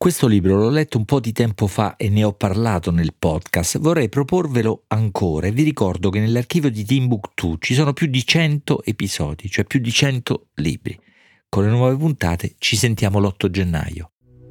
Questo libro l'ho letto un po' di tempo fa e ne ho parlato nel podcast. Vorrei proporvelo ancora e vi ricordo che nell'archivio di Timbuktu ci sono più di 100 episodi, cioè più di 100 libri. Con le nuove puntate ci sentiamo l'8 gennaio.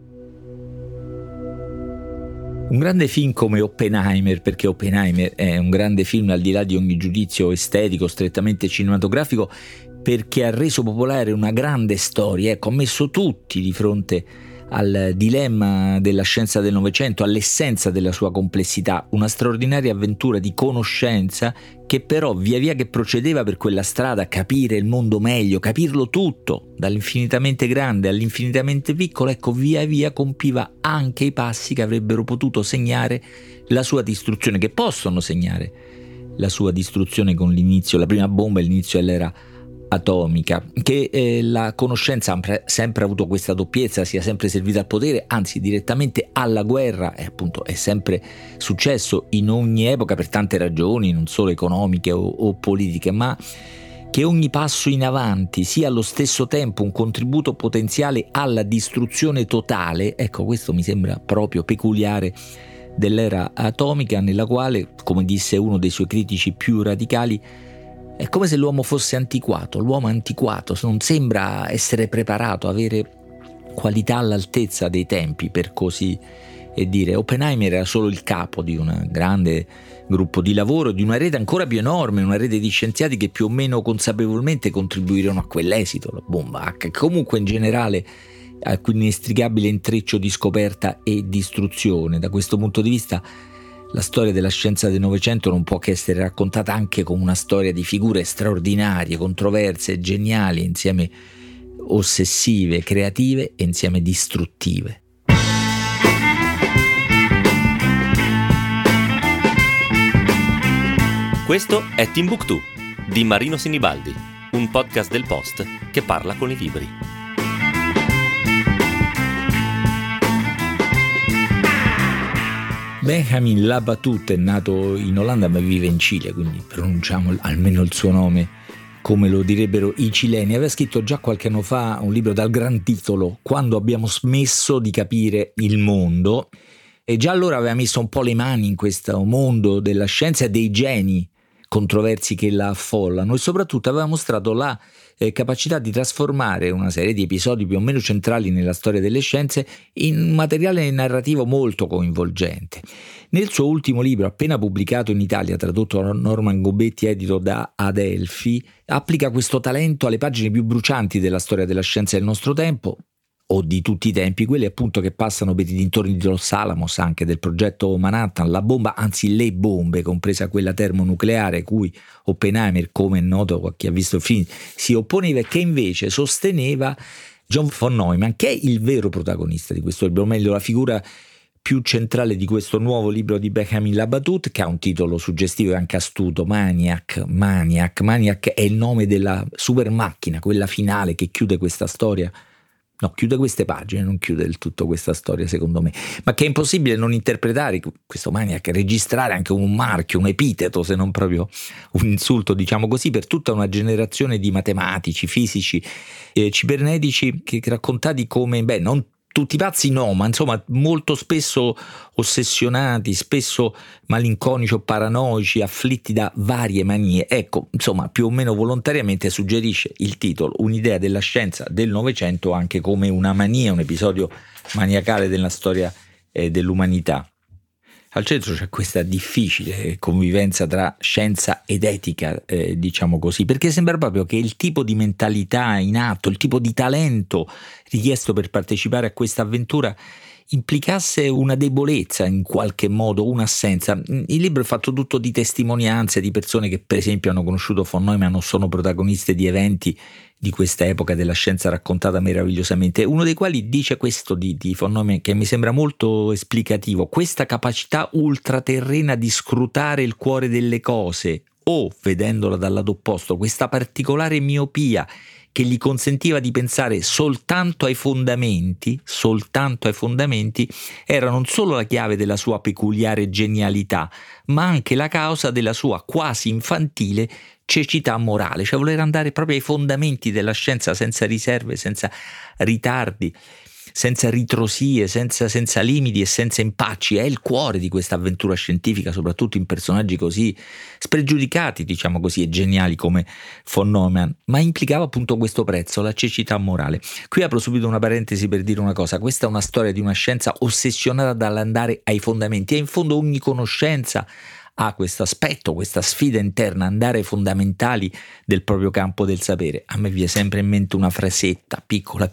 Un grande film come Oppenheimer, perché Oppenheimer è un grande film al di là di ogni giudizio estetico, strettamente cinematografico, perché ha reso popolare una grande storia, ha messo tutti di fronte al dilemma della scienza del Novecento, all'essenza della sua complessità, una straordinaria avventura di conoscenza che però via via che procedeva per quella strada, capire il mondo meglio, capirlo tutto, dall'infinitamente grande all'infinitamente piccolo, via via compiva anche i passi che avrebbero potuto segnare la sua distruzione, che possono segnare la sua distruzione con l'inizio, la prima bomba, l'inizio dell'era atomica, che la conoscenza ha sempre avuto questa doppiezza, sia sempre servita al potere, anzi direttamente alla guerra, e appunto è sempre successo in ogni epoca per tante ragioni, non solo economiche o politiche, ma che ogni passo in avanti sia allo stesso tempo un contributo potenziale alla distruzione totale. Questo mi sembra proprio peculiare dell'era atomica, nella quale, come disse uno dei suoi critici più radicali, è come se l'uomo fosse antiquato, l'uomo è antiquato, non sembra essere preparato, avere qualità all'altezza dei tempi, per così dire. Oppenheimer era solo il capo di un grande gruppo di lavoro, di una rete ancora più enorme, una rete di scienziati che più o meno consapevolmente contribuirono a quell'esito, la bomba H, comunque in generale a quell'inestricabile intreccio di scoperta e distruzione. Da questo punto di vista la storia della scienza del Novecento non può che essere raccontata anche come una storia di figure straordinarie, controverse, geniali, insieme ossessive, creative e insieme distruttive. Questo è Timbuktu di Marino Sinibaldi, un podcast del Post che parla con i libri. Benjamin Labatut è nato in Olanda ma vive in Cile, quindi pronunciamo almeno il suo nome come lo direbbero i cileni. Aveva scritto già qualche anno fa un libro dal gran titolo Quando abbiamo smesso di capire il mondo, e già allora aveva messo un po' le mani in questo mondo della scienza e dei geni controversi che la affollano, e soprattutto aveva mostrato la capacità di trasformare una serie di episodi più o meno centrali nella storia delle scienze in un materiale narrativo molto coinvolgente. Nel suo ultimo libro, appena pubblicato in Italia, tradotto da Norman Gobetti, edito da Adelphi, applica questo talento alle pagine più brucianti della storia della scienza del nostro tempo, o di tutti i tempi, quelli appunto che passano per i dintorni di Los Alamos, anche del progetto Manhattan, la bomba, anzi le bombe, compresa quella termonucleare, cui Oppenheimer, come è noto a chi ha visto il film, si opponeva, e che invece sosteneva John von Neumann, che è il vero protagonista di questo libro, o meglio la figura più centrale di questo nuovo libro di Benjamin Labatut, che ha un titolo suggestivo e anche astuto, Maniac è il nome della super macchina, quella finale che chiude questa storia. No, chiude queste pagine, non chiude del tutto questa storia secondo me, ma che è impossibile non interpretare questo Maniac, registrare anche un marchio, un epiteto, se non proprio un insulto, diciamo così, per tutta una generazione di matematici, fisici, cibernetici, che raccontati come, non tutti pazzi no, ma insomma molto spesso ossessionati, spesso malinconici o paranoici, afflitti da varie manie. Insomma, più o meno volontariamente suggerisce il titolo un'idea della scienza del Novecento anche come una mania, un episodio maniacale della storia dell'umanità. Al centro c'è questa difficile convivenza tra scienza ed etica, diciamo così, perché sembra proprio che il tipo di mentalità in atto, il tipo di talento richiesto per partecipare a questa avventura implicasse una debolezza in qualche modo, un'assenza. Il libro è fatto tutto di testimonianze di persone che per esempio hanno conosciuto von Neumann o sono protagoniste di eventi di questa epoca della scienza raccontata meravigliosamente, uno dei quali dice questo di von Neumann che mi sembra molto esplicativo: questa capacità ultraterrena di scrutare il cuore delle cose, o vedendola dal lato opposto, questa particolare miopia che gli consentiva di pensare soltanto ai fondamenti, era non solo la chiave della sua peculiare genialità, ma anche la causa della sua quasi infantile cecità morale, cioè voler andare proprio ai fondamenti della scienza senza riserve, senza ritardi. senza ritrosie, senza limiti e senza impacci. È il cuore di questa avventura scientifica, soprattutto in personaggi così spregiudicati, diciamo così, e geniali come von Neumann, ma implicava appunto questo prezzo, la cecità morale. Qui apro subito una parentesi per dire una cosa: questa è una storia di una scienza ossessionata dall'andare ai fondamenti, e in fondo ogni conoscenza ha questo aspetto, questa sfida interna, andare ai fondamentali del proprio campo del sapere. A me viene sempre in mente una frasetta piccola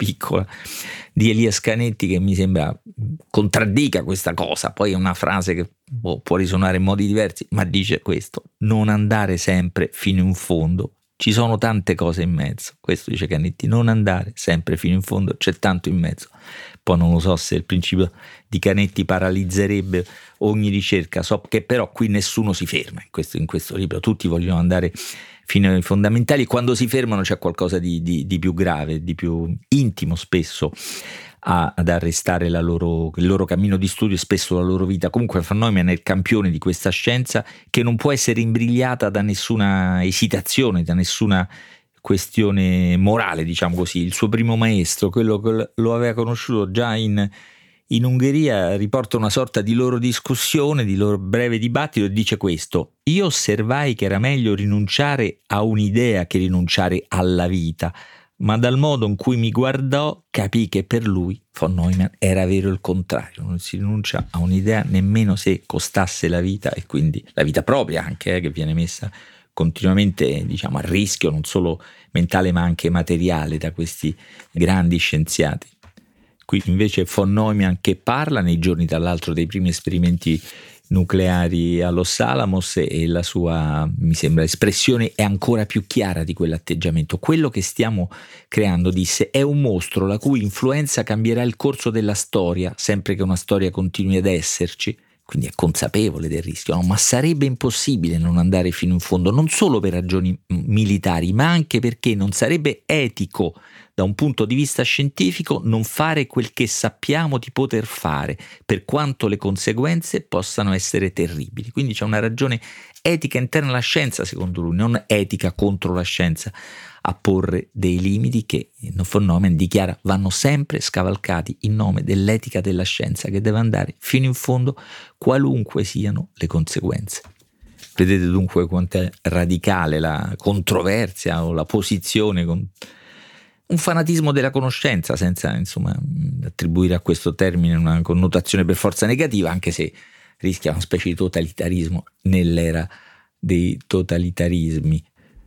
di Elias Canetti che mi sembra contraddica questa cosa. Poi è una frase che può risuonare in modi diversi, ma dice questo: non andare sempre fino in fondo, ci sono tante cose in mezzo. Questo dice Canetti, non andare sempre fino in fondo, c'è tanto in mezzo. Poi non lo so se il principio di Canetti paralizzerebbe ogni ricerca, so che però qui nessuno si ferma in questo libro, tutti vogliono andare fino ai fondamentali, e quando si fermano c'è qualcosa di più grave, di più intimo spesso ad arrestare il loro cammino di studio e spesso la loro vita. Comunque von Neumann è il campione di questa scienza che non può essere imbrigliata da nessuna esitazione, da nessuna questione morale, diciamo così. Il suo primo maestro, quello che lo aveva conosciuto già in Ungheria, riporta una sorta di loro discussione, di loro breve dibattito, e dice questo: io osservai che era meglio rinunciare a un'idea che rinunciare alla vita, ma dal modo in cui mi guardò capì che per lui, von Neumann, era vero il contrario. Non si rinuncia a un'idea nemmeno se costasse la vita, e quindi la vita propria anche, che viene messa continuamente, diciamo, a rischio, non solo mentale ma anche materiale, da questi grandi scienziati. Qui invece von Neumann che parla nei giorni, tra l'altro, dei primi esperimenti nucleari a Los Alamos, e la sua, mi sembra, espressione è ancora più chiara di quell'atteggiamento. Quello che stiamo creando, disse, è un mostro la cui influenza cambierà il corso della storia, sempre che una storia continui ad esserci. Quindi è consapevole del rischio, no? Ma sarebbe impossibile non andare fino in fondo, non solo per ragioni militari, ma anche perché non sarebbe etico da un punto di vista scientifico non fare quel che sappiamo di poter fare, per quanto le conseguenze possano essere terribili. Quindi c'è una ragione etica interna alla scienza, secondo lui, non etica contro la scienza, a porre dei limiti che von Neumann dichiara vanno sempre scavalcati in nome dell'etica della scienza, che deve andare fino in fondo qualunque siano le conseguenze. Vedete dunque quanto è radicale la controversia o la posizione con un fanatismo della conoscenza, senza insomma attribuire a questo termine una connotazione per forza negativa, anche se rischia una specie di totalitarismo nell'era dei totalitarismi.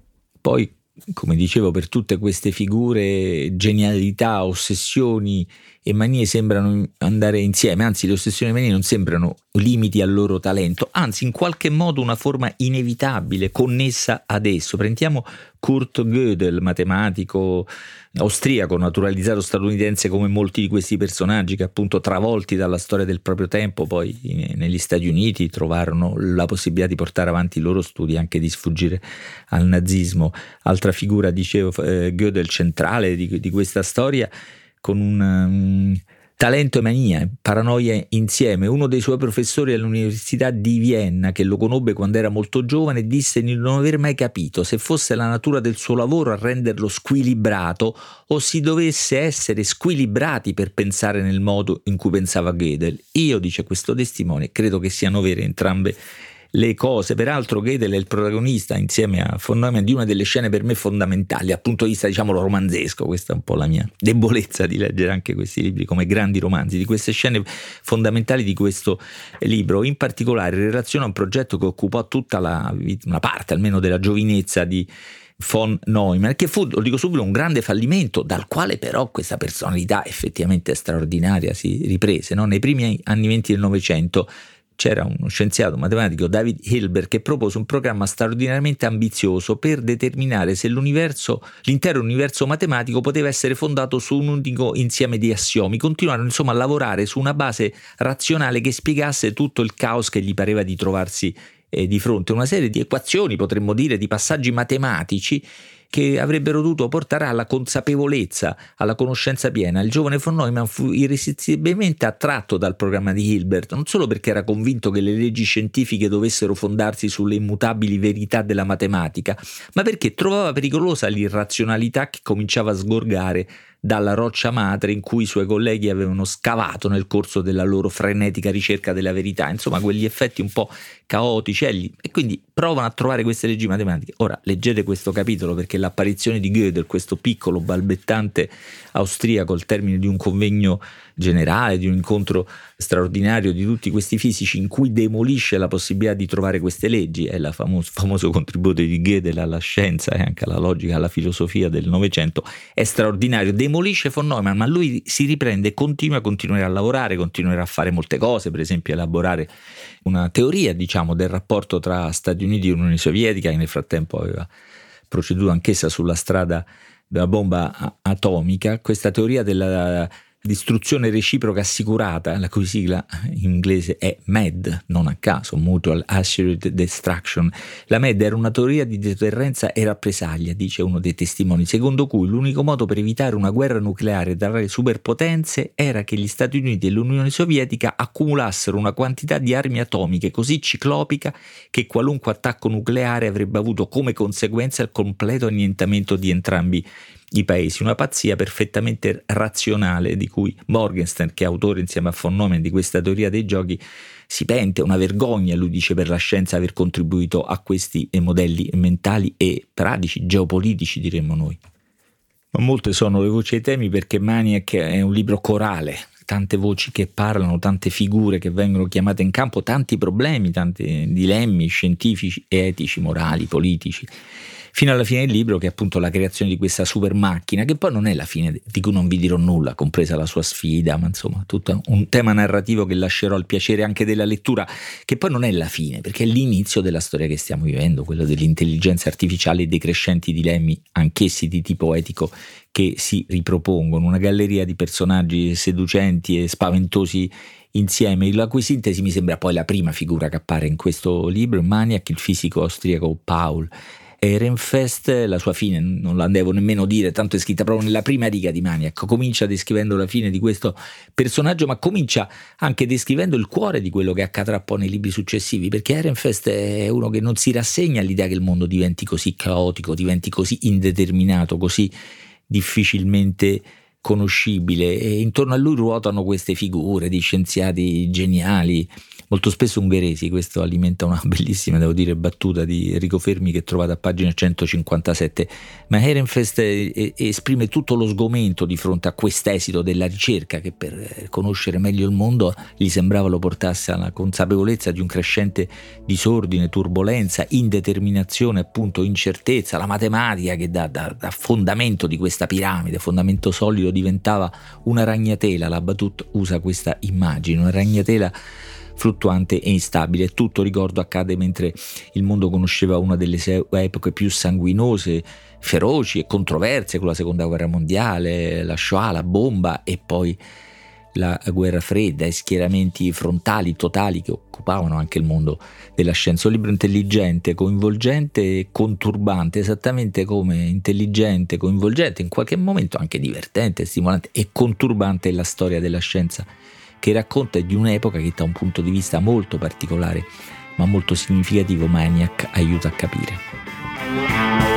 Poi, come dicevo, per tutte queste figure genialità, ossessioni e manie sembrano andare insieme, anzi le ossessioni e manie non sembrano limiti al loro talento, anzi in qualche modo una forma inevitabile connessa ad esso. Prendiamo Kurt Gödel, matematico austriaco naturalizzato statunitense come molti di questi personaggi, che appunto travolti dalla storia del proprio tempo poi negli Stati Uniti trovarono la possibilità di portare avanti i loro studi, anche di sfuggire al nazismo. Altra figura, dicevo, Gödel, centrale di questa storia, con un talento e mania, paranoia insieme. Uno dei suoi professori all'Università di Vienna, che lo conobbe quando era molto giovane, disse di non aver mai capito se fosse la natura del suo lavoro a renderlo squilibrato o si dovesse essere squilibrati per pensare nel modo in cui pensava Gödel. Io, dice questo testimone, credo che siano vere entrambe le cose. Peraltro Gödel è il protagonista, insieme a von Neumann, di una delle scene per me fondamentali dal punto di vista, diciamolo, romanzesco. Questa è un po' la mia debolezza di leggere anche questi libri come grandi romanzi, di queste scene fondamentali di questo libro, in particolare in relazione a un progetto che occupò tutta una parte almeno della giovinezza di von Neumann, che fu, lo dico subito, un grande fallimento, dal quale però questa personalità effettivamente straordinaria si riprese, no? Nei primi anni 20 del Novecento c'era uno scienziato matematico, David Hilbert, che propose un programma straordinariamente ambizioso per determinare se l'intero universo matematico poteva essere fondato su un unico insieme di assiomi. Continuarono insomma a lavorare su una base razionale che spiegasse tutto il caos che gli pareva di trovarsi di fronte, una serie di equazioni, potremmo dire, di passaggi matematici che avrebbero dovuto portare alla consapevolezza, alla conoscenza piena. Il giovane von Neumann fu irresistibilmente attratto dal programma di Hilbert, non solo perché era convinto che le leggi scientifiche dovessero fondarsi sulle immutabili verità della matematica, ma perché trovava pericolosa l'irrazionalità che cominciava a sgorgare dalla roccia madre in cui i suoi colleghi avevano scavato nel corso della loro frenetica ricerca della verità, insomma quegli effetti un po' caotici, e quindi provano a trovare queste leggi matematiche. Ora leggete questo capitolo, perché l'apparizione di Gödel, questo piccolo balbettante austriaco, al termine di un convegno generale, di un incontro straordinario di tutti questi fisici, in cui demolisce la possibilità di trovare queste leggi, è il famoso contributo di Gödel alla scienza e anche alla logica, alla filosofia del Novecento, è straordinario. Demolisce von Neumann, ma lui si riprende e continuerà a lavorare, continuerà a fare molte cose, per esempio elaborare una teoria, diciamo, del rapporto tra Stati Uniti e Unione Sovietica, che nel frattempo aveva proceduto anch'essa sulla strada della bomba atomica. Questa teoria della distruzione reciproca assicurata, la cui sigla in inglese è MAD, non a caso, Mutual Assured Destruction. La MAD era una teoria di deterrenza e rappresaglia, dice uno dei testimoni, secondo cui l'unico modo per evitare una guerra nucleare tra le superpotenze era che gli Stati Uniti e l'Unione Sovietica accumulassero una quantità di armi atomiche così ciclopica che qualunque attacco nucleare avrebbe avuto come conseguenza il completo annientamento di entrambi i paesi. Una pazzia perfettamente razionale di cui Morgenstern, che è autore insieme a von Neumann di questa teoria dei giochi, si pente. Una vergogna, lui dice, per la scienza aver contribuito a questi modelli mentali e pratici, geopolitici diremmo noi. Ma molte sono le voci e i temi, perché Maniac è un libro corale, tante voci che parlano, tante figure che vengono chiamate in campo, tanti problemi, tanti dilemmi scientifici, etici, morali, politici, fino alla fine del libro, che è appunto la creazione di questa super macchina, che poi non è la fine, di cui non vi dirò nulla, compresa la sua sfida, ma insomma tutto un tema narrativo che lascerò al piacere anche della lettura, che poi non è la fine, perché è l'inizio della storia che stiamo vivendo, quello dell'intelligenza artificiale e dei crescenti dilemmi, anch'essi di tipo etico, che si ripropongono, una galleria di personaggi seducenti e spaventosi insieme, la cui sintesi mi sembra poi la prima figura che appare in questo libro, Maniac, il fisico austriaco Paul Ehrenfest. La sua fine non la devo nemmeno dire, tanto è scritta proprio nella prima riga di Maniac. Comincia descrivendo la fine di questo personaggio, ma comincia anche descrivendo il cuore di quello che accadrà poi nei libri successivi, perché Ehrenfest è uno che non si rassegna all'idea che il mondo diventi così caotico, diventi così indeterminato, così difficilmente conoscibile, e intorno a lui ruotano queste figure di scienziati geniali, molto spesso ungheresi. Questo alimenta una bellissima, devo dire, battuta di Enrico Fermi che trovate a pagina 157. Ma Ehrenfest esprime tutto lo sgomento di fronte a quest'esito della ricerca, che per conoscere meglio il mondo gli sembrava lo portasse alla consapevolezza di un crescente disordine, turbolenza, indeterminazione, appunto incertezza. La matematica, che da fondamento di questa piramide, fondamento solido, diventava una ragnatela. La Batut usa questa immagine, una ragnatela fluttuante e instabile. Tutto, ricordo, accade mentre il mondo conosceva una delle epoche più sanguinose, feroci e controverse, con la seconda guerra mondiale, la Shoah, la bomba e poi la guerra fredda, e schieramenti frontali totali che occupavano anche il mondo della scienza. Un libro intelligente, coinvolgente e conturbante, esattamente come intelligente, coinvolgente, in qualche momento anche divertente, stimolante e conturbante è la storia della scienza, che racconta di un'epoca che da un punto di vista molto particolare ma molto significativo Maniac aiuta a capire.